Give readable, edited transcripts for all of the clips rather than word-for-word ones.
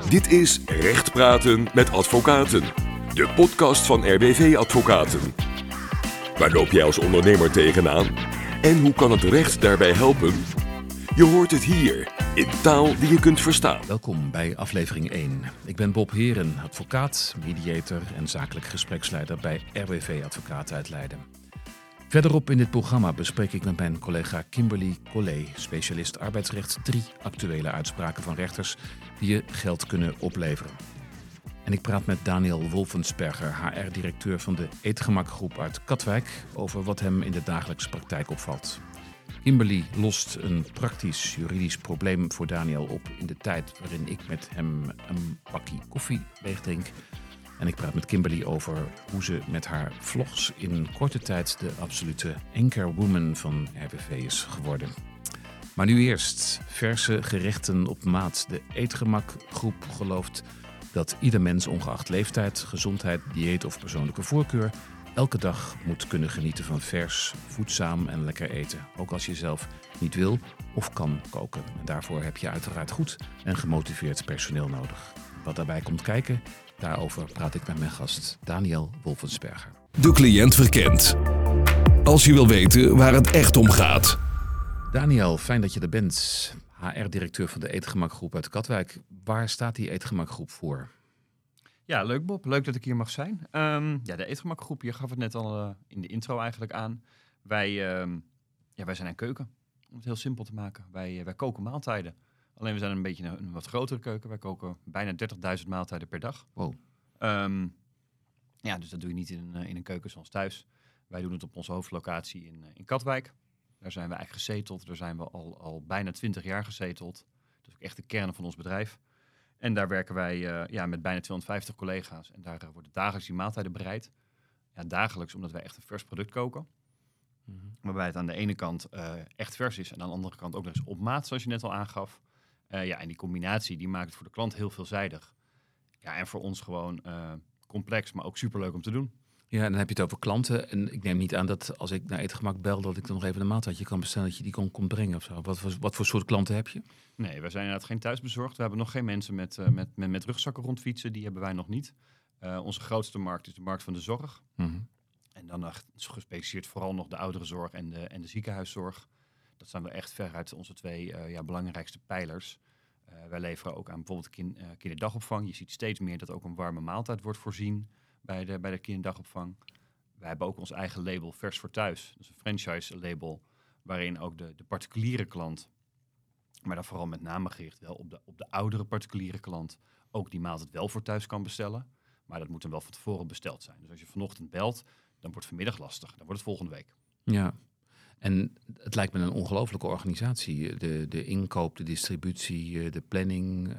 Dit is Recht Praten met Advocaten, de podcast van RWV Advocaten. Waar loop jij als ondernemer tegenaan? En hoe kan het recht daarbij helpen? Je hoort het hier, in taal die je kunt verstaan. Welkom bij aflevering 1. Ik ben Bob Heren, advocaat, mediator en zakelijk gespreksleider bij RWV Advocaten uit Leiden. Verderop in dit programma bespreek ik met mijn collega Kimberly Collet, specialist arbeidsrecht, 3 actuele uitspraken van rechters die je geld kunnen opleveren. En ik praat met Daniel Wolfensperger, HR-directeur van de Eetgemakgroep uit Katwijk, over wat hem in de dagelijkse praktijk opvalt. Kimberly lost een praktisch juridisch probleem voor Daniel op in de tijd waarin ik met hem een bakje koffie leegdrink. En ik praat met Kimberly over hoe ze met haar vlogs in korte tijd de absolute anchorwoman van RWV is geworden. Maar nu eerst verse gerechten op maat. De Eetgemakgroep gelooft dat ieder mens, ongeacht leeftijd, gezondheid, dieet of persoonlijke voorkeur, elke dag moet kunnen genieten van vers, voedzaam en lekker eten. Ook als je zelf niet wil of kan koken. En daarvoor heb je uiteraard goed en gemotiveerd personeel nodig. Wat daarbij komt kijken, daarover praat ik met mijn gast Daniel Wolfensperger. De cliënt verkent. Als je wil weten waar het echt om gaat. Daniel, fijn dat je er bent. HR-directeur van de Eetgemakgroep uit Katwijk. Waar staat die Eetgemakgroep voor? Ja, leuk Bob. Leuk dat ik hier mag zijn. De Eetgemakgroep, je gaf het net al in de intro eigenlijk aan. Wij zijn een keuken, om het heel simpel te maken. Wij koken maaltijden. Alleen we zijn een beetje een wat grotere keuken. Wij koken bijna 30.000 maaltijden per dag. Wow. Dus dat doe je niet in een keuken zoals thuis. Wij doen het op onze hoofdlocatie in Katwijk. Daar zijn we eigenlijk gezeteld. Daar zijn we al bijna 20 jaar gezeteld. Dat is ook echt de kern van ons bedrijf. En daar werken wij met bijna 250 collega's. En daar worden dagelijks die maaltijden bereid. Ja, dagelijks, omdat wij echt een vers product koken. Mm-hmm. Waarbij het aan de ene kant echt vers is. En aan de andere kant ook nog eens op maat, zoals je net al aangaf. En die combinatie die maakt het voor de klant heel veelzijdig. Ja, en voor ons gewoon complex, maar ook superleuk om te doen. Ja, en dan heb je het over klanten. En ik neem niet aan dat als ik naar Eetgemak bel, dat ik dan nog even een maaltijdje kan bestellen, dat je die komt brengen of zo. Wat voor soort klanten heb je? Nee, wij zijn inderdaad geen thuisbezorgd. We hebben nog geen mensen met rugzakken rondfietsen. Die hebben wij nog niet. Onze grootste markt is de markt van de zorg. Mm-hmm. En dan gespecialiseerd vooral nog de ouderenzorg en de ziekenhuiszorg. Dat zijn wel echt veruit onze 2 belangrijkste pijlers. Wij leveren ook aan bijvoorbeeld kinderdagopvang. Je ziet steeds meer dat ook een warme maaltijd wordt voorzien bij de kinderdagopvang. Wij hebben ook ons eigen label Vers voor Thuis. Dat is een franchise label waarin ook de particuliere klant, maar dan vooral met name gericht wel op de oudere particuliere klant, ook die maaltijd wel voor thuis kan bestellen. Maar dat moet dan wel van tevoren besteld zijn. Dus als je vanochtend belt, dan wordt vanmiddag lastig. Dan wordt het volgende week. Ja, en het lijkt me een ongelofelijke organisatie. De inkoop, de distributie, de planning.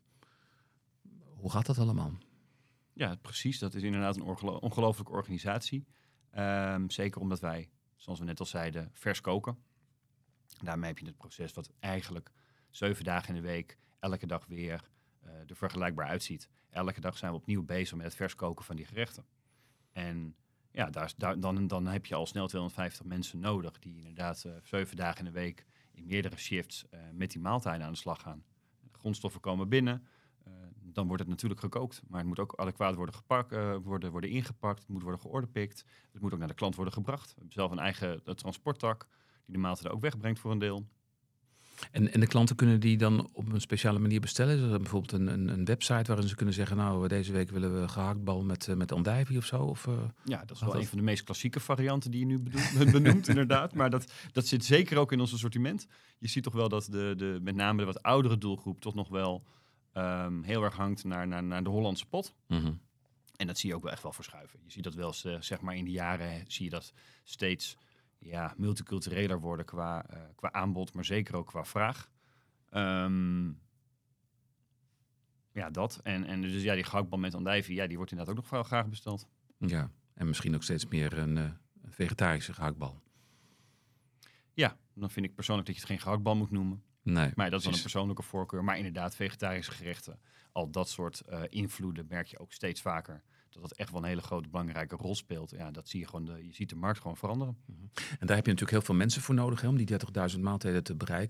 Hoe gaat dat allemaal? Ja, precies. Dat is inderdaad een ongelofelijke organisatie. Zeker omdat wij, zoals we net al zeiden, vers koken. Daarmee heb je het proces wat eigenlijk 7 dagen in de week, elke dag weer er vergelijkbaar uitziet. Elke dag zijn we opnieuw bezig met het vers koken van die gerechten. En ja, dan heb je al snel 250 mensen nodig die inderdaad 7 dagen in de week in meerdere shifts met die maaltijden aan de slag gaan. De grondstoffen komen binnen, dan wordt het natuurlijk gekookt. Maar het moet ook adequaat worden ingepakt, het moet worden georderpikt. Het moet ook naar de klant worden gebracht. We hebben zelf een eigen transporttak die de maaltijden ook wegbrengt voor een deel. En de klanten kunnen die dan op een speciale manier bestellen? Is er bijvoorbeeld een website waarin ze kunnen zeggen, nou, deze week willen we gehaktbal met andijvie of zo? Ja, dat is wel een van de meest klassieke varianten die je nu benoemt, inderdaad. Maar dat zit zeker ook in ons assortiment. Je ziet toch wel dat met name de wat oudere doelgroep toch nog wel heel erg hangt naar de Hollandse pot. Mm-hmm. En dat zie je ook wel echt wel verschuiven. Je ziet dat wel zeg maar in de jaren zie je dat steeds multicultureler worden qua aanbod, maar zeker ook qua vraag. Dat. En dus die gehaktbal met andijvie, die wordt inderdaad ook nog wel graag besteld. Ja, en misschien ook steeds meer een vegetarische gehaktbal. Ja, dan vind ik persoonlijk dat je het geen gehaktbal moet noemen. Nee, maar dat is dan een persoonlijke voorkeur. Maar inderdaad, vegetarische gerechten, al dat soort invloeden merk je ook steeds vaker. Dat echt wel een hele grote belangrijke rol speelt. Ja, dat zie je gewoon. Je ziet de markt gewoon veranderen. En daar heb je natuurlijk heel veel mensen voor nodig, hè, om die 30.000 maaltijden te bereiken.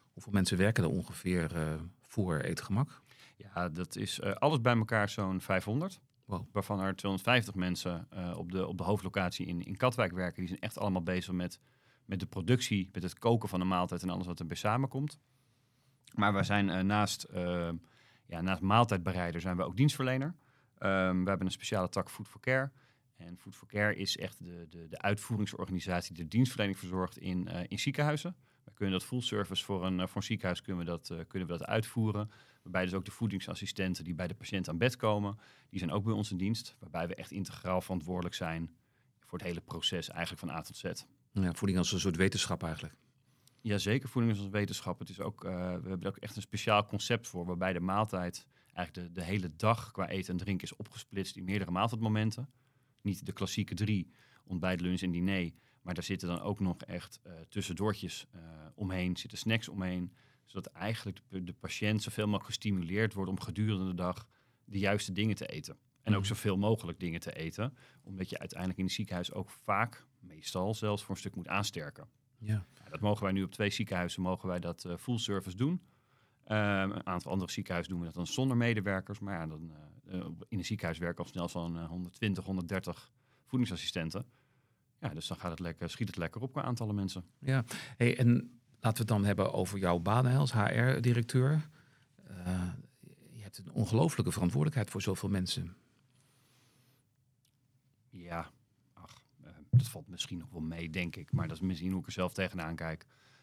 Hoeveel mensen werken er ongeveer voor Eetgemak? Ja, dat is alles bij elkaar zo'n 500. Wow. Waarvan er 250 mensen op de hoofdlocatie in Katwijk werken. Die zijn echt allemaal bezig met de productie, met het koken van de maaltijd en alles wat erbij samenkomt. Maar we zijn naast maaltijdbereider zijn we ook dienstverlener. We hebben een speciale tak Food for Care. En Food for Care is echt de uitvoeringsorganisatie die de dienstverlening verzorgt in ziekenhuizen. We kunnen dat full service voor een ziekenhuis kunnen we dat uitvoeren. Waarbij dus ook de voedingsassistenten die bij de patiënt aan bed komen, die zijn ook bij ons in dienst. Waarbij we echt integraal verantwoordelijk zijn voor het hele proces eigenlijk van A tot Z. Ja, voeding als een soort wetenschap eigenlijk. Jazeker, voeding is als wetenschap. Het is ook, we hebben er ook echt een speciaal concept voor, waarbij de maaltijd eigenlijk de hele dag qua eten en drinken is opgesplitst in meerdere maaltijdmomenten. Niet de klassieke 3, ontbijt, lunch en diner. Maar daar zitten dan ook nog echt tussendoortjes omheen, zitten snacks omheen. Zodat eigenlijk de patiënt zoveel mogelijk gestimuleerd wordt om gedurende de dag de juiste dingen te eten. En ook zoveel mogelijk dingen te eten. Omdat je uiteindelijk in het ziekenhuis ook vaak, meestal zelfs, voor een stuk moet aansterken. Ja. Dat mogen wij nu op 2 ziekenhuizen full service doen. Een aantal andere ziekenhuizen doen we dat dan zonder medewerkers. Maar ja, dan, in een ziekenhuis werken al snel zo'n 120, 130 voedingsassistenten. Ja, dus dan schiet het lekker op qua aantallen mensen. Ja, hey, en laten we het dan hebben over jouw baan als HR-directeur. Je hebt een ongelooflijke verantwoordelijkheid voor zoveel mensen. Ja, dat valt misschien nog wel mee, denk ik. Maar dat is misschien hoe ik er zelf tegenaan kijk.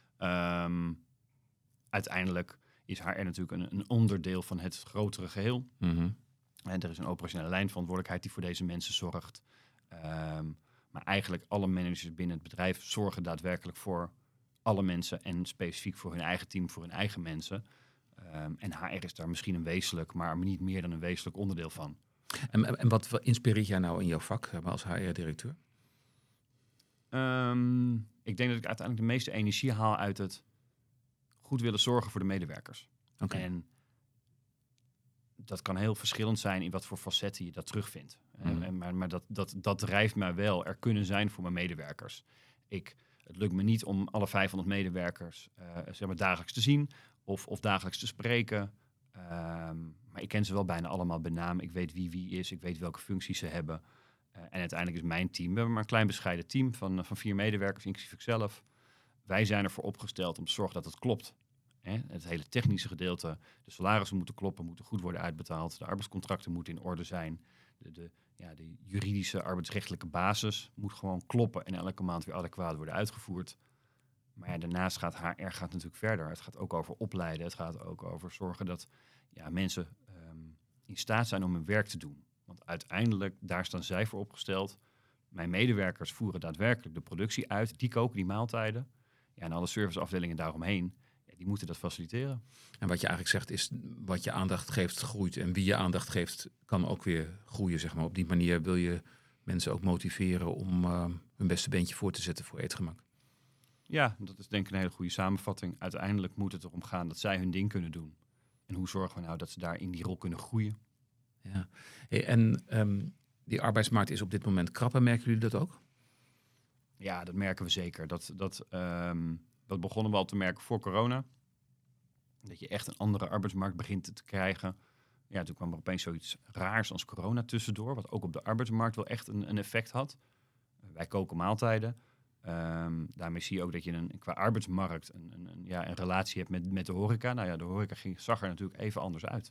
Uiteindelijk is HR natuurlijk een onderdeel van het grotere geheel. Mm-hmm. En er is een operationele lijnverantwoordelijkheid die voor deze mensen zorgt. Maar eigenlijk alle managers binnen het bedrijf zorgen daadwerkelijk voor alle mensen en specifiek voor hun eigen team, voor hun eigen mensen. En HR is daar misschien een wezenlijk, maar niet meer dan een wezenlijk onderdeel van. En wat inspireert jij nou in jouw vak als HR-directeur? Ik denk dat ik uiteindelijk de meeste energie haal uit het goed willen zorgen voor de medewerkers. Okay. En dat kan heel verschillend zijn in wat voor facetten je dat terugvindt. Maar dat drijft mij wel. Er kunnen zijn voor mijn medewerkers. Het lukt me niet om alle 500 medewerkers dagelijks te zien of dagelijks te spreken. Maar ik ken ze wel bijna allemaal bij naam. Ik weet wie is. Ik weet welke functies ze hebben. En uiteindelijk is mijn team, we hebben maar een klein bescheiden team van 4 medewerkers, inclusief ikzelf. Wij zijn ervoor opgesteld om te zorgen dat het klopt. Het hele technische gedeelte, de salarissen moeten kloppen, moeten goed worden uitbetaald. De arbeidscontracten moeten in orde zijn. De juridische arbeidsrechtelijke basis moet gewoon kloppen en elke maand weer adequaat worden uitgevoerd. Maar ja, daarnaast gaat HR natuurlijk verder. Het gaat ook over opleiden. Het gaat ook over zorgen dat mensen in staat zijn om hun werk te doen. Want uiteindelijk, daar staan zij voor opgesteld. Mijn medewerkers voeren daadwerkelijk de productie uit. Die koken die maaltijden. Ja, en alle serviceafdelingen daaromheen, die moeten dat faciliteren. En wat je eigenlijk zegt is, wat je aandacht geeft, groeit. En wie je aandacht geeft, kan ook weer groeien, zeg maar. Op die manier wil je mensen ook motiveren om hun beste beentje voor te zetten voor Eetgemak. Ja, dat is denk ik een hele goede samenvatting. Uiteindelijk moet het erom gaan dat zij hun ding kunnen doen. En hoe zorgen we nou dat ze daar in die rol kunnen groeien? Ja. Hey, en die arbeidsmarkt is op dit moment krap. En merken jullie dat ook? Ja, dat merken we zeker. Dat begonnen we al te merken voor corona. Dat je echt een andere arbeidsmarkt begint te krijgen. Ja, toen kwam er opeens zoiets raars als corona tussendoor. Wat ook op de arbeidsmarkt wel echt een effect had. Wij koken maaltijden. Daarmee zie je ook dat je qua arbeidsmarkt een relatie hebt met de horeca. Nou ja, de horeca zag er natuurlijk even anders uit.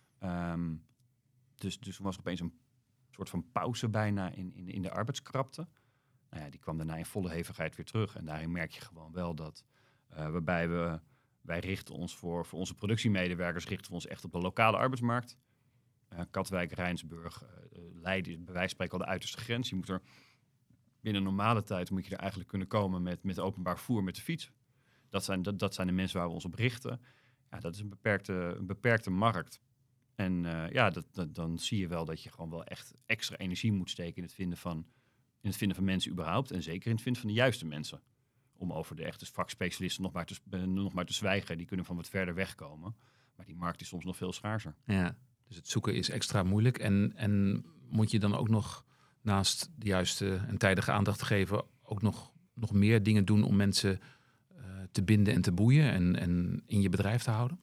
Dus toen was er opeens een soort van pauze bijna in de arbeidskrapte. Nou ja, die kwam daarna in volle hevigheid weer terug. En daarin merk je gewoon wel dat waarbij wij richten ons voor onze productiemedewerkers richten we ons echt op de lokale arbeidsmarkt. Katwijk, Rijnsburg, Leiden, bij wijze van spreken al de uiterste grens. Je moet er binnen normale tijd moet je er eigenlijk kunnen komen met openbaar vervoer, met de fiets. Dat zijn de mensen waar we ons op richten. Ja, dat is een beperkte markt. En dan zie je wel dat je gewoon wel echt extra energie moet steken in het vinden van mensen überhaupt. En zeker in het vinden van de juiste mensen. Om over de echte vakspecialisten nog maar te zwijgen. Die kunnen van wat verder wegkomen. Maar die markt is soms nog veel schaarser. Ja, dus het zoeken is extra moeilijk. En moet je dan ook nog naast de juiste en tijdige aandacht geven ook nog meer dingen doen om mensen te binden en te boeien en in je bedrijf te houden?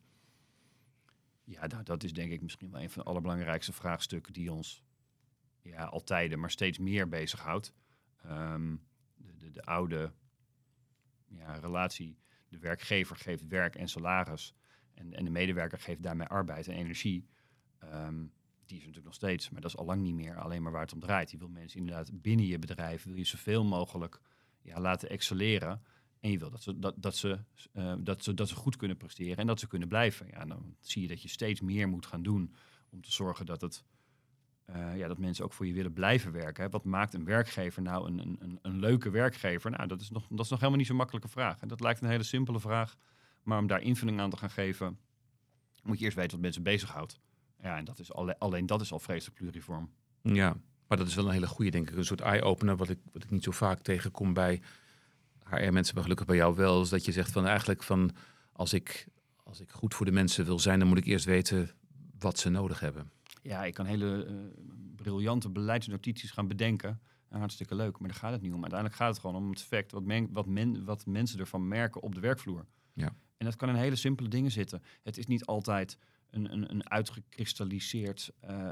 Ja, dat is denk ik misschien wel een van de allerbelangrijkste vraagstukken die ons al tijden, maar steeds meer bezighoudt. De oude relatie, de werkgever geeft werk en salaris en de medewerker geeft daarmee arbeid en energie. Die is natuurlijk nog steeds, maar dat is al lang niet meer alleen maar waar het om draait. Je wil mensen inderdaad binnen je bedrijf, wil je zoveel mogelijk laten excelleren. En je wil dat ze goed kunnen presteren en dat ze kunnen blijven. Ja, dan zie je dat je steeds meer moet gaan doen om te zorgen dat dat mensen ook voor je willen blijven werken. Hè. Wat maakt een werkgever nou een leuke werkgever? Nou, dat is nog helemaal niet zo'n makkelijke vraag. En dat lijkt een hele simpele vraag. Maar om daar invulling aan te gaan geven, moet je eerst weten wat mensen bezighoudt. Ja, en dat is alleen dat is al vreselijk pluriform. Ja, maar dat is wel een hele goede, denk ik. Een soort eye-opener, wat ik niet zo vaak tegenkom bij HR-mensen, maar gelukkig bij jou wel, is dat je zegt van eigenlijk van als ik goed voor de mensen wil zijn, dan moet ik eerst weten wat ze nodig hebben. Ja, ik kan hele briljante beleidsnotities gaan bedenken. Hartstikke leuk, maar daar gaat het niet om. Uiteindelijk gaat het gewoon om het effect wat mensen ervan merken op de werkvloer. Ja. En dat kan in hele simpele dingen zitten. Het is niet altijd een uitgekristalliseerd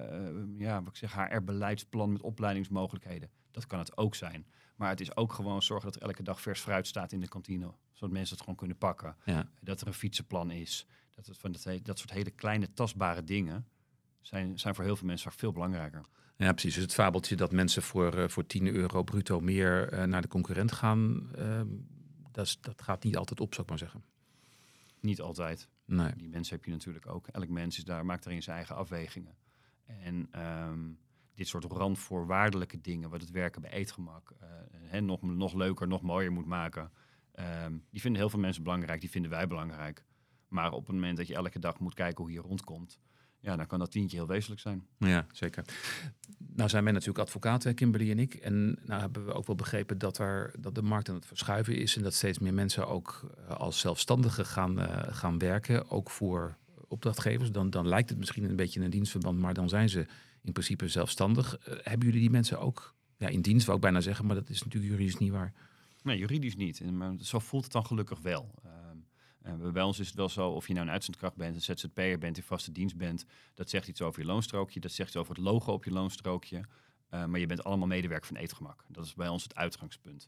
HR-beleidsplan met opleidingsmogelijkheden. Dat kan het ook zijn. Maar het is ook gewoon zorgen dat er elke dag vers fruit staat in de kantine. Zodat mensen het gewoon kunnen pakken. Ja. Dat er een fietsenplan is. Dat soort hele kleine tastbare dingen zijn voor heel veel mensen vaak veel belangrijker. Ja, precies. Dus het fabeltje dat mensen voor €10 bruto meer naar de concurrent gaan, dat gaat niet altijd op, zou ik maar zeggen. Niet altijd. Nee. Die mensen heb je natuurlijk ook. Elk mens maakt daarin zijn eigen afwegingen. En dit soort randvoorwaardelijke dingen, wat het werken bij eetgemak nog leuker, nog mooier moet maken, die vinden heel veel mensen belangrijk, die vinden wij belangrijk. Maar op het moment dat je elke dag moet kijken hoe je rondkomt, dan kan dat tientje heel wezenlijk zijn. Ja, zeker. Nou zijn wij natuurlijk advocaten, Kimberly en ik. En nou hebben we ook wel begrepen dat de markt aan het verschuiven is en dat steeds meer mensen ook als zelfstandigen gaan werken, ook voor opdrachtgevers. Dan lijkt het misschien een beetje een dienstverband, maar dan zijn ze in principe zelfstandig. Hebben jullie die mensen ook in dienst, wou ik bijna zeggen, maar dat is natuurlijk juridisch niet waar. Nee, juridisch niet. Maar zo voelt het dan gelukkig wel. Bij ons is het wel zo, of je nou een uitzendkracht bent, een ZZP'er bent, in vaste dienst bent, dat zegt iets over je loonstrookje, dat zegt iets over het logo op je loonstrookje. Maar je bent allemaal medewerker van Eetgemak. Dat is bij ons het uitgangspunt.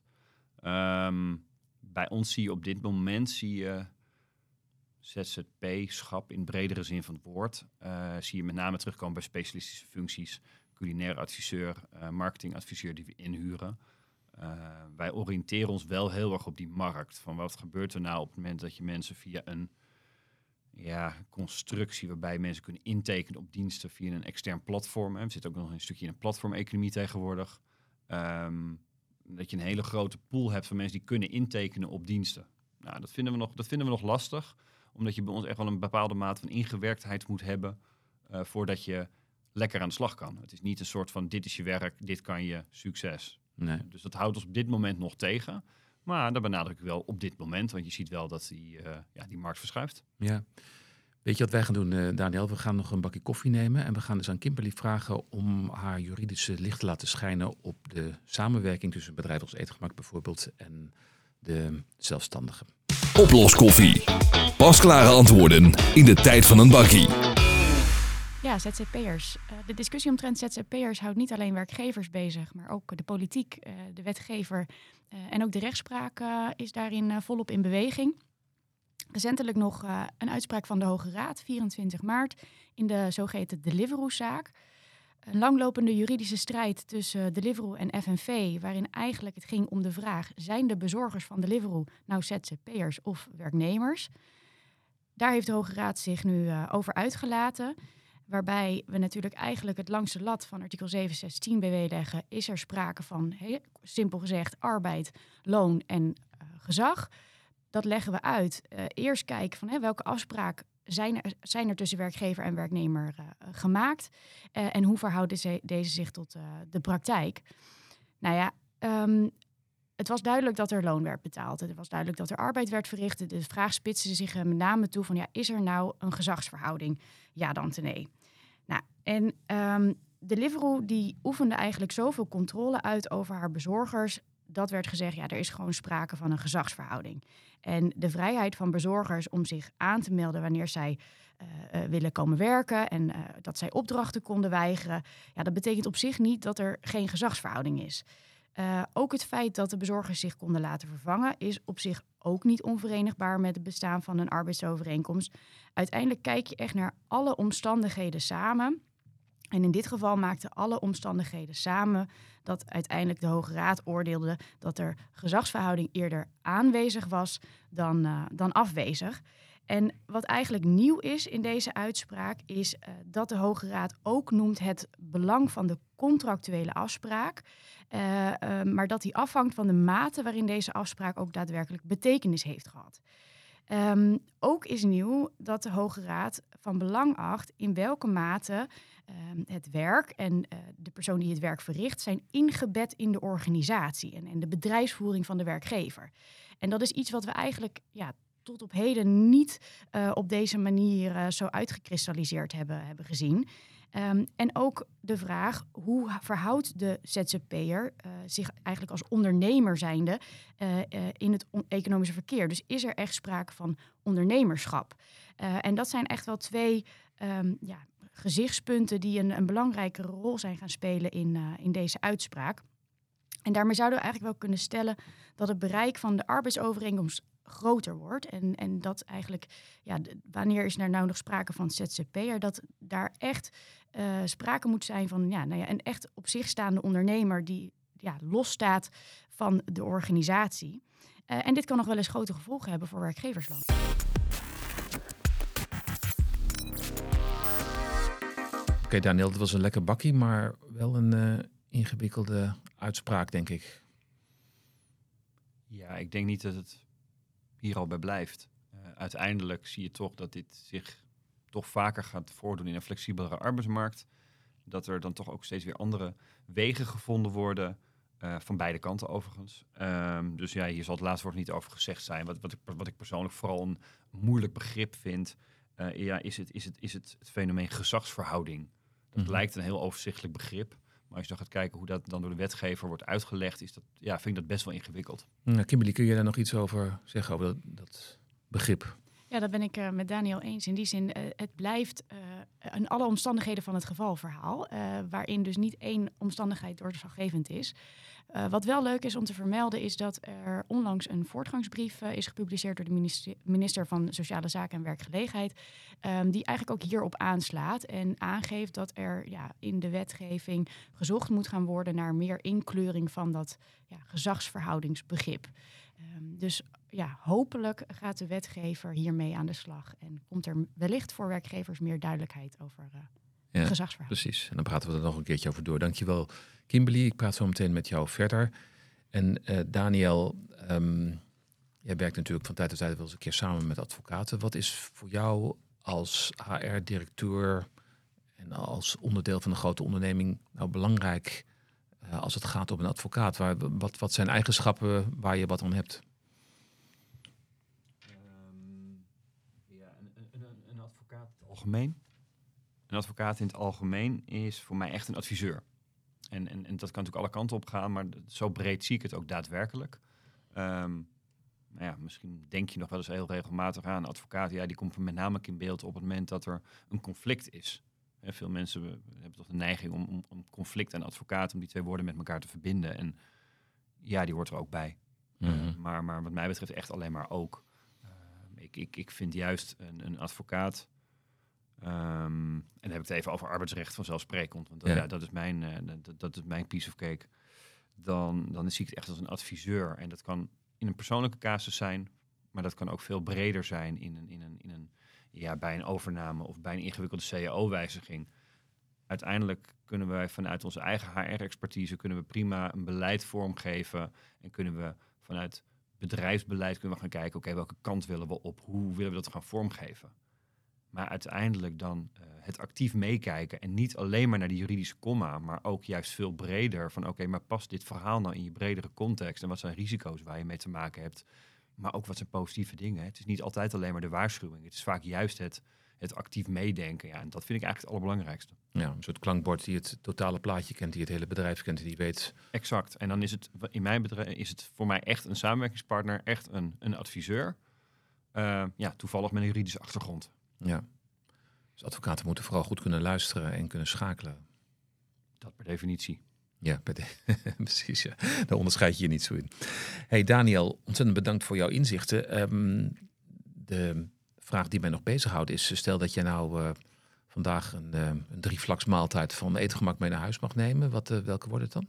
Bij ons zie je op dit moment ZZP-schap in bredere zin van het woord. Zie je met name terugkomen bij specialistische functies, culinair adviseur, marketingadviseur die we inhuren. Wij oriënteren ons wel heel erg op die markt. Van wat gebeurt er nou op het moment dat je mensen via een constructie waarbij mensen kunnen intekenen op diensten via een extern platform. We zitten ook nog een stukje in een platformeconomie tegenwoordig. Dat je een hele grote pool hebt van mensen die kunnen intekenen op diensten. Nou, dat vinden we nog lastig. Omdat je bij ons echt wel een bepaalde mate van ingewerktheid moet hebben voordat je lekker aan de slag kan. Het is niet een soort van dit is je werk, dit kan je, succes. Nee. Dus dat houdt ons op dit moment nog tegen. Maar dat benadruk ik wel op dit moment. Want je ziet wel dat die markt verschuift. Ja. Weet je wat wij gaan doen, Daniel? We gaan nog een bakje koffie nemen. En we gaan dus aan Kimberly vragen om haar juridische licht te laten schijnen op de samenwerking tussen een bedrijf als Eetgemak bijvoorbeeld en de zelfstandigen. Oploskoffie. Pasklare antwoorden in de tijd van een bakkie. Ja, ZZP'ers. De discussie omtrent ZZP'ers houdt niet alleen werkgevers bezig, maar ook de politiek, de wetgever en ook de rechtspraak is daarin volop in beweging. Recentelijk nog een uitspraak van de Hoge Raad, 24 maart, in de zogeheten Deliveroo-zaak. Een langlopende juridische strijd tussen Deliveroo en FNV, waarin eigenlijk het ging om de vraag, zijn de bezorgers van Deliveroo nou ZZP'ers of werknemers? Daar heeft de Hoge Raad zich nu over uitgelaten. Waarbij we natuurlijk eigenlijk het langste lat van artikel 716 BW leggen. Is er sprake van, simpel gezegd, arbeid, loon en gezag. Dat leggen we uit. Eerst kijken van welke afspraak zijn er tussen werkgever en werknemer gemaakt. En hoe verhouden deze zich tot de praktijk. Nou ja, het was duidelijk dat er loon werd betaald. Het was duidelijk dat er arbeid werd verricht. De vraag spitste zich met name toe van, is er nou een gezagsverhouding? Ja, dan te nee. Nou, en Deliveroo die oefende eigenlijk zoveel controle uit over haar bezorgers dat werd gezegd, er is gewoon sprake van een gezagsverhouding. En de vrijheid van bezorgers om zich aan te melden wanneer zij willen komen werken en dat zij opdrachten konden weigeren, dat betekent op zich niet dat er geen gezagsverhouding is. Ook het feit dat de bezorgers zich konden laten vervangen is op zich ook niet onverenigbaar met het bestaan van een arbeidsovereenkomst. Uiteindelijk kijk je echt naar alle omstandigheden samen. En in dit geval maakten alle omstandigheden samen dat uiteindelijk de Hoge Raad oordeelde dat er gezagsverhouding eerder aanwezig was dan afwezig. En wat eigenlijk nieuw is in deze uitspraak is dat de Hoge Raad ook noemt het belang van de contractuele afspraak. Maar dat die afhangt van de mate waarin deze afspraak ook daadwerkelijk betekenis heeft gehad. Ook is nieuw dat de Hoge Raad van belang acht in welke mate het werk en de persoon die het werk verricht zijn ingebed in de organisatie en de bedrijfsvoering van de werkgever. En dat is iets wat we eigenlijk tot op heden niet op deze manier zo uitgekristalliseerd hebben gezien. En ook de vraag, hoe verhoudt de ZZP'er zich eigenlijk als ondernemer zijnde in het economische verkeer? Dus is er echt sprake van ondernemerschap? En dat zijn echt wel twee gezichtspunten die een belangrijke rol zijn gaan spelen in deze uitspraak. En daarmee zouden we eigenlijk wel kunnen stellen dat het bereik van de arbeidsovereenkomst groter wordt. En dat eigenlijk, wanneer is er nou nog sprake van ZZP'er, dat daar echt sprake moet zijn van een echt op zich staande ondernemer die losstaat van de organisatie. En dit kan nog wel eens grote gevolgen hebben voor werkgeversland. Oké, Daniel, dat was een lekker bakkie, maar wel een ingewikkelde uitspraak, denk ik. Ja, ik denk niet dat het hier al bij blijft. Uiteindelijk zie je toch dat dit zich toch vaker gaat voordoen in een flexibelere arbeidsmarkt. Dat er dan toch ook steeds weer andere wegen gevonden worden, van beide kanten overigens. Dus hier zal het laatste woord niet over gezegd zijn. Wat ik persoonlijk vooral een moeilijk begrip vind, is het fenomeen gezagsverhouding. Dat lijkt een heel overzichtelijk begrip. Maar als je dan gaat kijken hoe dat dan door de wetgever wordt uitgelegd, vind ik dat best wel ingewikkeld. Kimberly, kun je daar nog iets over zeggen, over dat begrip? Ja, dat ben ik met Daniel eens. In die zin, het blijft in alle omstandigheden van het geval verhaal, waarin dus niet één omstandigheid doorslaggevend is. Wat wel leuk is om te vermelden is dat er onlangs een voortgangsbrief is gepubliceerd door de minister van Sociale Zaken en Werkgelegenheid, die eigenlijk ook hierop aanslaat en aangeeft dat er in de wetgeving gezocht moet gaan worden naar meer inkleuring van dat gezagsverhoudingsbegrip. Dus hopelijk gaat de wetgever hiermee aan de slag en komt er wellicht voor werkgevers meer duidelijkheid over gezagsverhouding. Precies, en dan praten we er nog een keertje over door. Dankjewel, Kimberly. Ik praat zo meteen met jou verder. En Daniel, jij werkt natuurlijk van tijd tot tijd wel eens een keer samen met advocaten. Wat is voor jou als HR-directeur en als onderdeel van een grote onderneming nou belangrijk als het gaat om een advocaat? Wat zijn eigenschappen waar je wat aan hebt? Een advocaat in het algemeen. Een advocaat in het algemeen is voor mij echt een adviseur. En dat kan natuurlijk alle kanten op gaan, maar zo breed zie ik het ook daadwerkelijk. Misschien denk je nog wel eens heel regelmatig aan. Een advocaat, die komt met name in beeld op het moment dat er een conflict is. Veel mensen hebben toch de neiging om conflict en advocaat, om die twee woorden met elkaar te verbinden. En die hoort er ook bij. Mm-hmm. Maar wat mij betreft echt alleen maar ook. Ik vind juist een advocaat, en dan heb ik het even over arbeidsrecht vanzelfsprekend, want dat is mijn piece of cake. Dan zie ik het echt als een adviseur. En dat kan in een persoonlijke casus zijn, maar dat kan ook veel breder zijn bij een overname of bij een ingewikkelde CAO-wijziging. Uiteindelijk kunnen wij vanuit onze eigen HR-expertise prima een beleid vormgeven en kunnen we vanuit bedrijfsbeleid gaan kijken, welke kant willen we op, hoe willen we dat gaan vormgeven. Maar uiteindelijk dan het actief meekijken en niet alleen maar naar die juridische komma, maar ook juist veel breder van maar past dit verhaal nou in je bredere context en wat zijn risico's waar je mee te maken hebt, maar ook wat zijn positieve dingen. Het is niet altijd alleen maar de waarschuwing. Het is vaak juist het het actief meedenken. Ja, en dat vind ik eigenlijk het allerbelangrijkste. Ja, een soort klankbord die het totale plaatje kent, die het hele bedrijf kent, die weet. Exact. En dan is het in mijn bedrijf is het voor mij echt een samenwerkingspartner, echt een adviseur. Toevallig met een juridische achtergrond. Ja. Dus advocaten moeten vooral goed kunnen luisteren en kunnen schakelen. Dat per definitie. Ja, precies. Ja. Daar onderscheid je je niet zo in. Hey Daniel, ontzettend bedankt voor jouw inzichten. De vraag die mij nog bezighoudt is, stel dat jij nou vandaag een 3-vlaks maaltijd van eetgemak mee naar huis mag nemen. Welke wordt het dan?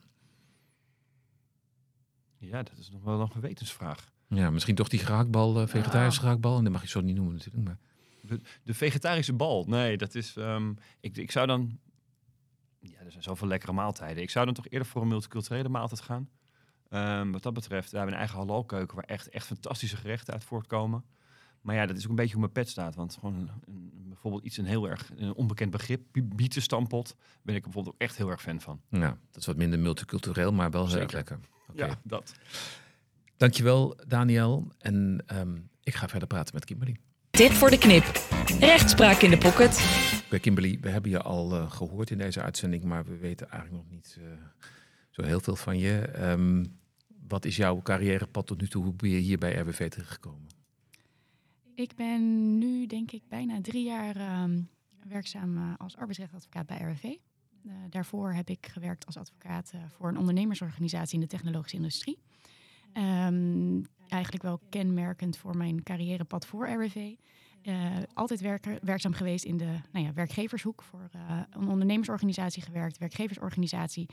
Ja, dat is nog wel een gewetensvraag. Ja, misschien toch die gehaktbal, vegetarische gehaktbal. En dat mag je zo niet noemen natuurlijk. Maar... De vegetarische bal, nee, dat is... Ik zou dan... Ja, er zijn zoveel lekkere maaltijden. Ik zou dan toch eerder voor een multiculturele maaltijd gaan. Wat dat betreft, we hebben een eigen halalkeuken waar echt fantastische gerechten uit voortkomen. Maar ja, dat is ook een beetje hoe mijn pet staat. Want gewoon bijvoorbeeld een onbekend begrip, bietenstampot, ben ik bijvoorbeeld ook echt heel erg fan van. Ja, dat is wat minder multicultureel, maar wel heel erg Zeker. lekker. Okay. Ja, dat. Dankjewel, Daniel. En ik ga verder praten met Kimberly. Tip voor de knip. Rechtspraak in de pocket. Bij Kimberly, we hebben je al gehoord in deze uitzending, maar we weten eigenlijk nog niet zo heel veel van je. Wat is jouw carrièrepad tot nu toe? Hoe ben je hier bij RWV terechtgekomen? Ik ben nu, denk ik, bijna 3 jaar werkzaam als arbeidsrechtadvocaat bij RWV. Daarvoor heb ik gewerkt als advocaat voor een ondernemersorganisatie in de technologische industrie. Eigenlijk wel kenmerkend voor mijn carrièrepad voor RWV. Altijd werkzaam geweest in de werkgevershoek. Voor een ondernemersorganisatie gewerkt, werkgeversorganisatie.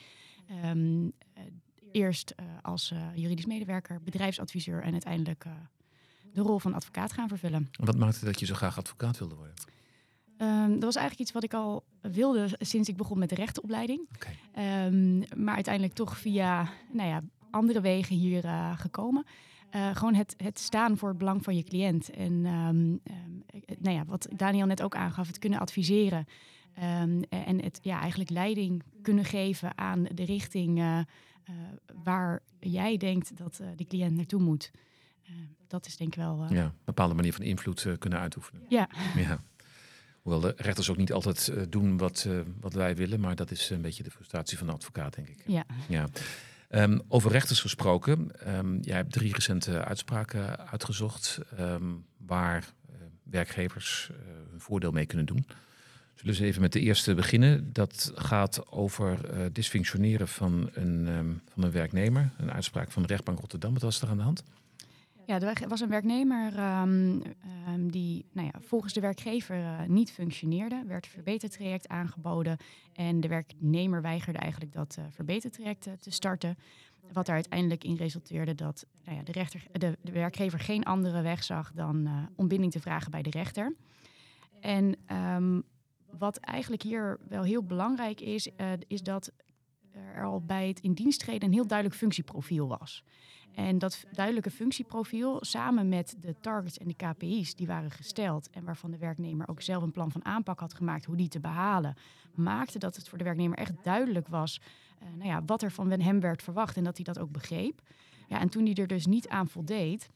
Eerst als juridisch medewerker, bedrijfsadviseur en uiteindelijk de rol van advocaat gaan vervullen. Wat maakte dat je zo graag advocaat wilde worden? Dat was eigenlijk iets wat ik al wilde sinds ik begon met de rechtenopleiding. Okay. Maar uiteindelijk toch via andere wegen hier gekomen. Gewoon het staan voor het belang van je cliënt. En wat Daniel net ook aangaf, het kunnen adviseren. En het eigenlijk leiding kunnen geven aan de richting waar jij denkt dat de cliënt naartoe moet. Dat is denk ik wel... een bepaalde manier van invloed kunnen uitoefenen. Ja. Hoewel de rechters ook niet altijd doen wat wij willen, maar dat is een beetje de frustratie van de advocaat, denk ik. Ja. Over rechters gesproken, jij hebt 3 recente uitspraken uitgezocht waar werkgevers hun voordeel mee kunnen doen. Zullen we even met de eerste beginnen? Dat gaat over dysfunctioneren van een werknemer. Een uitspraak van de rechtbank Rotterdam. Wat was er aan de hand? Ja, er was een werknemer die volgens de werkgever niet functioneerde. Er werd een verbetertraject aangeboden en de werknemer weigerde eigenlijk dat verbetertraject te starten. Wat er uiteindelijk in resulteerde dat de werkgever geen andere weg zag dan ontbinding te vragen bij de rechter. En wat eigenlijk hier wel heel belangrijk is dat er al bij het in dienst treden een heel duidelijk functieprofiel was. En dat duidelijke functieprofiel samen met de targets en de KPI's die waren gesteld en waarvan de werknemer ook zelf een plan van aanpak had gemaakt hoe die te behalen, maakte dat het voor de werknemer echt duidelijk was wat er van hem werd verwacht en dat hij dat ook begreep. Ja, en toen hij er dus niet aan voldeed,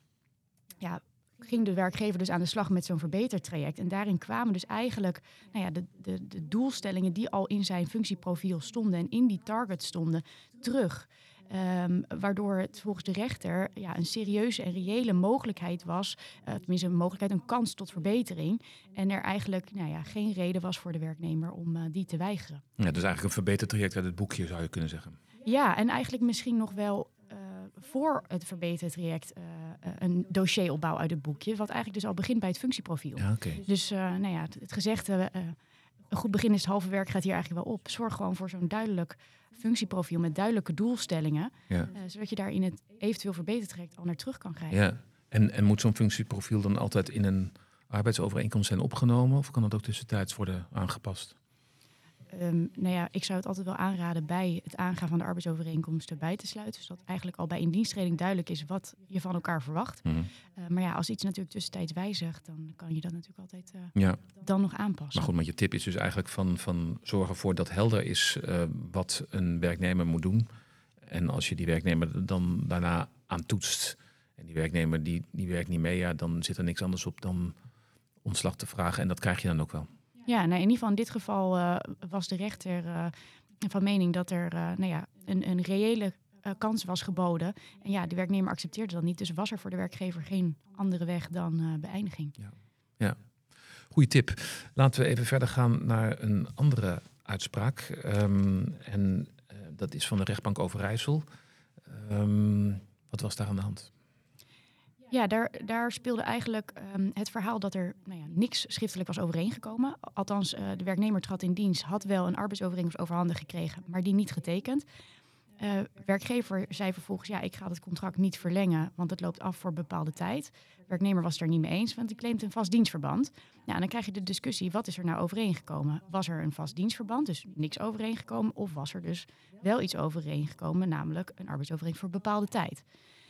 ging de werkgever dus aan de slag met zo'n verbetertraject. En daarin kwamen dus eigenlijk de doelstellingen die al in zijn functieprofiel stonden en in die target stonden terug. Waardoor het volgens de rechter een serieuze en reële mogelijkheid was, tenminste een mogelijkheid, een kans tot verbetering. En er eigenlijk geen reden was voor de werknemer om die te weigeren. Ja, dus eigenlijk een verbetertraject uit het boekje zou je kunnen zeggen. Ja, en eigenlijk misschien nog wel voor het verbetertraject een dossieropbouw uit het boekje, wat eigenlijk dus al begint bij het functieprofiel. Ja, okay. Dus het gezegde, een goed begin is het halve werk, gaat hier eigenlijk wel op. Zorg gewoon voor zo'n duidelijk functieprofiel met duidelijke doelstellingen, zodat je daar in het eventueel verbetertraject al naar terug kan grijpen. Ja, en moet zo'n functieprofiel dan altijd in een arbeidsovereenkomst zijn opgenomen of kan dat ook tussentijds worden aangepast? Ik zou het altijd wel aanraden bij het aangaan van de arbeidsovereenkomsten bij te sluiten. Zodat eigenlijk al bij indiensttreding duidelijk is wat je van elkaar verwacht. Mm-hmm. Maar als iets natuurlijk tussentijds wijzigt, dan kan je dat natuurlijk altijd dan nog aanpassen. Maar goed, maar je tip is dus eigenlijk van zorgen ervoor dat helder is wat een werknemer moet doen. En als je die werknemer dan daarna aan toetst en die werknemer die werkt niet mee, dan zit er niks anders op dan ontslag te vragen. En dat krijg je dan ook wel. Ja, in ieder geval in dit geval was de rechter van mening dat er een reële kans was geboden. En ja, de werknemer accepteerde dat niet. Dus was er voor de werkgever geen andere weg dan beëindiging. Ja. Goeie tip. Laten we even verder gaan naar een andere uitspraak. Dat is van de rechtbank Overijssel. Wat was daar aan de hand? Ja, daar speelde eigenlijk het verhaal dat er niks schriftelijk was overeengekomen. Althans, de werknemer trad in dienst, had wel een arbeidsovereenkomst overhandigd gekregen, maar die niet getekend. Werkgever zei vervolgens, ik ga het contract niet verlengen, want het loopt af voor een bepaalde tijd. Werknemer was het er niet mee eens, want die claimt een vast dienstverband. En dan krijg je de discussie, wat is er nou overeengekomen? Was er een vast dienstverband, dus niks overeengekomen? Of was er dus wel iets overeengekomen, namelijk een arbeidsovereenkomst voor een bepaalde tijd?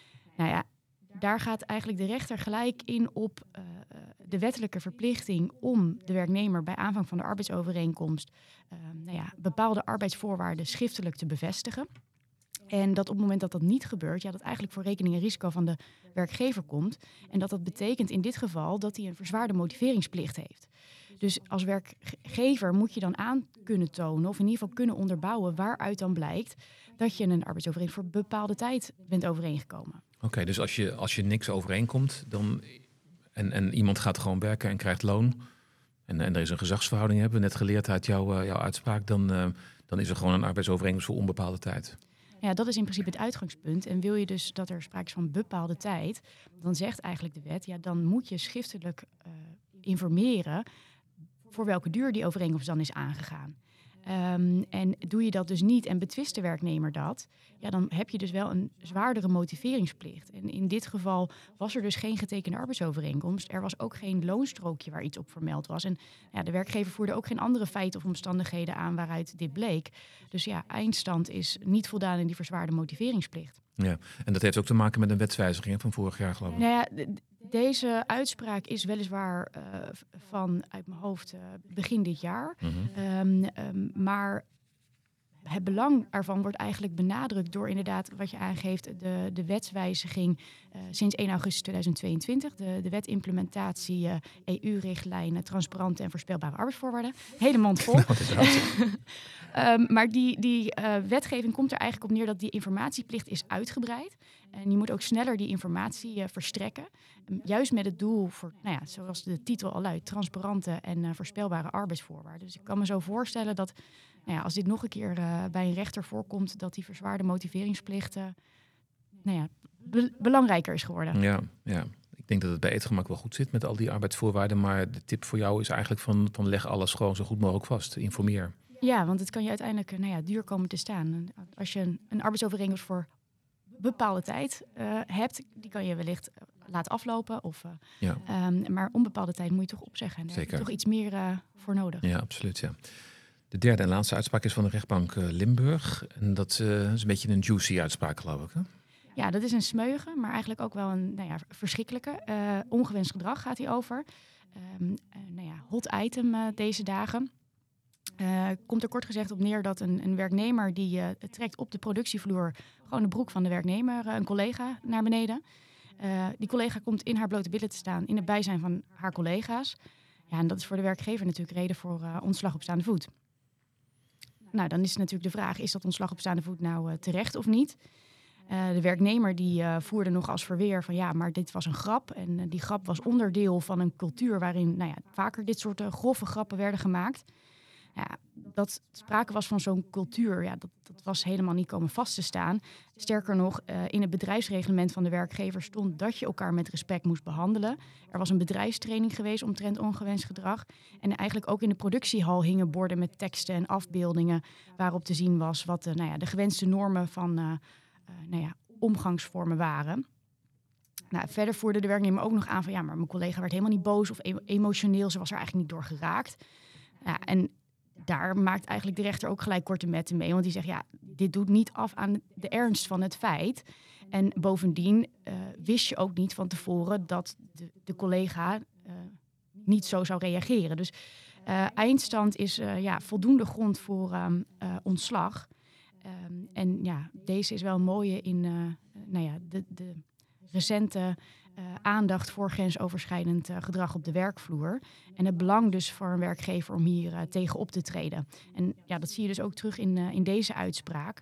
Daar gaat eigenlijk de rechter gelijk in op de wettelijke verplichting om de werknemer bij aanvang van de arbeidsovereenkomst bepaalde arbeidsvoorwaarden schriftelijk te bevestigen. En dat op het moment dat dat niet gebeurt, dat eigenlijk voor rekening en risico van de werkgever komt. En dat betekent in dit geval dat hij een verzwaarde motiveringsplicht heeft. Dus als werkgever moet je dan aan kunnen tonen, of in ieder geval kunnen onderbouwen waaruit dan blijkt dat je een arbeidsovereenkomst voor een bepaalde tijd bent overeengekomen. Oké, dus als je niks overeenkomt dan, en iemand gaat gewoon werken en krijgt loon en er is een gezagsverhouding, hebben we net geleerd uit jouw uitspraak, dan is er gewoon een arbeidsovereenkomst voor onbepaalde tijd. Ja, dat is in principe het uitgangspunt. En wil je dus dat er sprake is van bepaalde tijd, dan zegt eigenlijk de wet, dan moet je schriftelijk informeren voor welke duur die overeenkomst dan is aangegaan. En doe je dat dus niet en betwist de werknemer dat, dan heb je dus wel een zwaardere motiveringsplicht. En in dit geval was er dus geen getekende arbeidsovereenkomst. Er was ook geen loonstrookje waar iets op vermeld was. En de werkgever voerde ook geen andere feiten of omstandigheden aan waaruit dit bleek. Dus eindstand is niet voldaan in die verzwaarde motiveringsplicht. Ja, en dat heeft ook te maken met een wetswijziging van vorig jaar, geloof ik. Deze uitspraak is weliswaar van uit mijn hoofd begin dit jaar. Mm-hmm. Maar het belang ervan wordt eigenlijk benadrukt door inderdaad wat je aangeeft, de wetswijziging sinds 1 augustus 2022. De wetimplementatie EU-richtlijnen, transparante en voorspelbare arbeidsvoorwaarden. Hele mond vol. Maar die wetgeving komt er eigenlijk op neer dat die informatieplicht is uitgebreid. En je moet ook sneller die informatie verstrekken. Juist met het doel voor, zoals de titel al luidt, transparante en voorspelbare arbeidsvoorwaarden. Dus ik kan me zo voorstellen dat als dit nog een keer bij een rechter voorkomt, dat die verzwaarde motiveringsplicht belangrijker is geworden. Ja. Ik denk dat het bij Eetgemak wel goed zit met al die arbeidsvoorwaarden. Maar de tip voor jou is eigenlijk van leg alles gewoon zo goed mogelijk vast. Informeer. Ja, want het kan je uiteindelijk duur komen te staan. Als je een arbeidsovereenkomst voor bepaalde tijd hebt, die kan je wellicht laten aflopen. Maar onbepaalde tijd moet je toch opzeggen. En daar heb je toch iets meer voor nodig. Ja, absoluut. Ja. De derde en laatste uitspraak is van de rechtbank Limburg. En dat is een beetje een juicy uitspraak, geloof ik. Hè? Ja, dat is een smeuïge, maar eigenlijk ook wel een verschrikkelijke. Ongewenst gedrag gaat hij over. Hot item deze dagen. Komt er kort gezegd op neer dat een werknemer die trekt op de productievloer gewoon de broek van de werknemer, een collega, naar beneden. Die collega komt in haar blote billen te staan in het bijzijn van haar collega's. Ja, en dat is voor de werkgever natuurlijk reden voor ontslag op staande voet. Nou, dan is natuurlijk de vraag, is dat ontslag op staande voet nou terecht of niet? De werknemer die voerde nog als verweer van maar dit was een grap. En die grap was onderdeel van een cultuur waarin vaker dit soort grove grappen werden gemaakt. Ja, dat sprake was van zo'n cultuur, dat was helemaal niet komen vast te staan. Sterker nog, in het bedrijfsreglement van de werkgever stond dat je elkaar met respect moest behandelen. Er was een bedrijfstraining geweest omtrent ongewenst gedrag. En eigenlijk ook in de productiehal hingen borden met teksten en afbeeldingen waarop te zien was wat de gewenste normen van omgangsvormen waren. Verder voerde de werknemer ook nog aan van maar mijn collega werd helemaal niet boos of emotioneel. Ze was er eigenlijk niet door geraakt. En daar maakt eigenlijk de rechter ook gelijk korte metten mee. Want die zegt, dit doet niet af aan de ernst van het feit. En bovendien wist je ook niet van tevoren dat de collega niet zo zou reageren. Dus eindstand is voldoende grond voor ontslag. En deze is wel een mooie in de recente aandacht voor grensoverschrijdend gedrag op de werkvloer. En het belang dus voor een werkgever om hier tegen op te treden. En ja, dat zie je dus ook terug in deze uitspraak.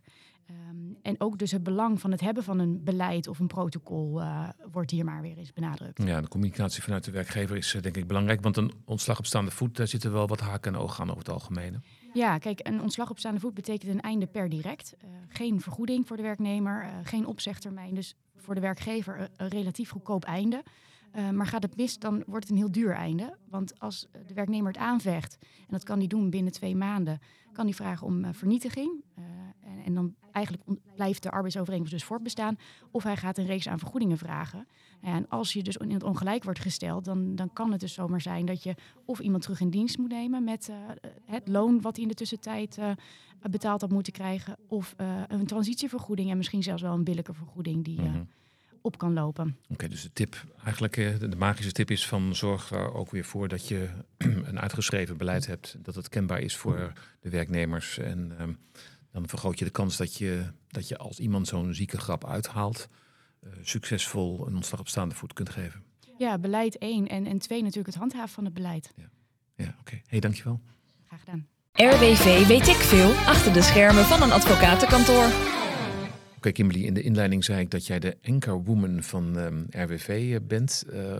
En ook dus het belang van het hebben van een beleid of een protocol wordt hier maar weer eens benadrukt. Ja, de communicatie vanuit de werkgever is denk ik belangrijk. Want een ontslag op staande voet, daar zitten wel wat haken en ogen aan over het algemeen. Hè? Ja, kijk, een ontslag op staande voet betekent een einde per direct. Geen vergoeding voor de werknemer, geen opzegtermijn. Dus voor de werkgever een relatief goedkoop einde. Maar gaat het mis, dan wordt het een heel duur einde. Want als de werknemer het aanvecht, en dat kan hij doen binnen 2 maanden... kan hij vragen om vernietiging. En dan eigenlijk blijft de arbeidsovereenkomst dus voortbestaan. Of hij gaat een reeks aan vergoedingen vragen. En als je dus in het ongelijk wordt gesteld, dan kan het dus zomaar zijn dat je of iemand terug in dienst moet nemen met het loon wat hij in de tussentijd betaald had moeten krijgen. Of een transitievergoeding en misschien zelfs wel een billijke vergoeding die op kan lopen. Oké, dus de tip, eigenlijk de magische tip is van zorg er ook weer voor dat je een uitgeschreven beleid hebt. Dat het kenbaar is voor de werknemers. En dan vergroot je de kans dat je als iemand zo'n zieke grap uithaalt, succesvol een ontslag op staande voet kunt geven. Ja, beleid 1 en 2 natuurlijk het handhaven van het beleid. Ja, oké. Hey, dankjewel. Graag gedaan. RWV weet ik veel achter de schermen van een advocatenkantoor. Oké, Kimberly, in de inleiding zei ik dat jij de anchorwoman van RWV bent.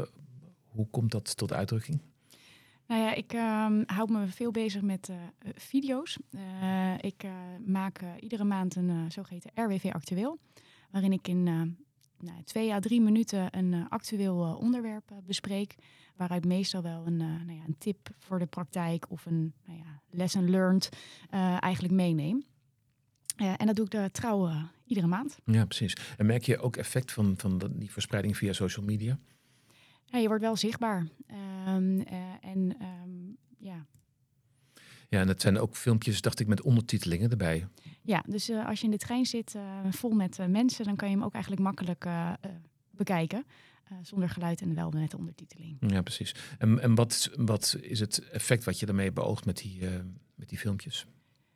Hoe komt dat tot uitdrukking? Nou ja, ik houd me veel bezig met video's. Ik maak iedere maand een zogeheten RWV Actueel. Waarin ik in 2 à 3 minuten een actueel onderwerp bespreek. Waaruit meestal wel een tip voor de praktijk of een lesson learned eigenlijk meeneem. En dat doe ik trouw iedere maand. Ja, precies. En merk je ook effect van die verspreiding via social media? Ja, je wordt wel zichtbaar. Ja, en dat zijn ook filmpjes, dacht ik, met ondertitelingen erbij. Ja, dus als je in de trein zit vol met mensen, dan kan je hem ook eigenlijk makkelijk bekijken. Zonder geluid en wel met de ondertiteling. Ja, precies. En wat is het effect wat je daarmee beoogt met die filmpjes?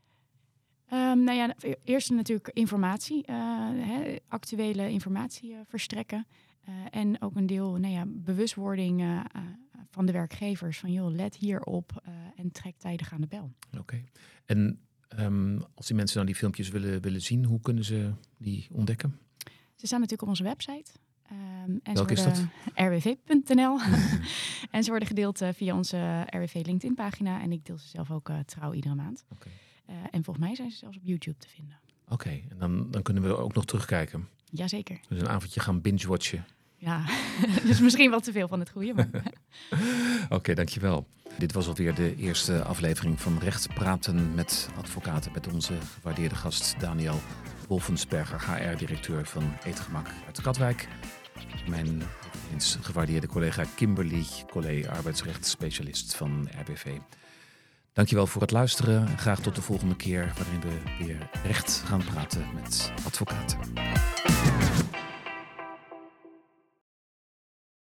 Eerst natuurlijk informatie, actuele informatie verstrekken. En ook een deel bewustwording van de werkgevers. Van joh, let hierop en trek tijdig aan de bel. Oké. En als die mensen dan die filmpjes willen zien, hoe kunnen ze die ontdekken? Ze staan natuurlijk op onze website. Welke is dat? rwv.nl. En ze worden gedeeld via onze RWV LinkedIn pagina. En ik deel ze zelf ook trouw iedere maand. Okay. En volgens mij zijn ze zelfs op YouTube te vinden. Oké, en dan kunnen we ook nog terugkijken. Jazeker. Dus een avondje gaan binge-watchen. Ja, dus misschien wel te veel van het goede. Maar... Oké, dankjewel. Dit was alweer de eerste aflevering van Recht Praten met Advocaten. Met onze gewaardeerde gast Daniel Wolfensberger, HR-directeur van Eetgemak uit Katwijk. Mijn eens gewaardeerde collega Kimberly Collet, arbeidsrechtsspecialist van RBV. Dankjewel voor het luisteren. Graag tot de volgende keer waarin we weer recht gaan praten met advocaten.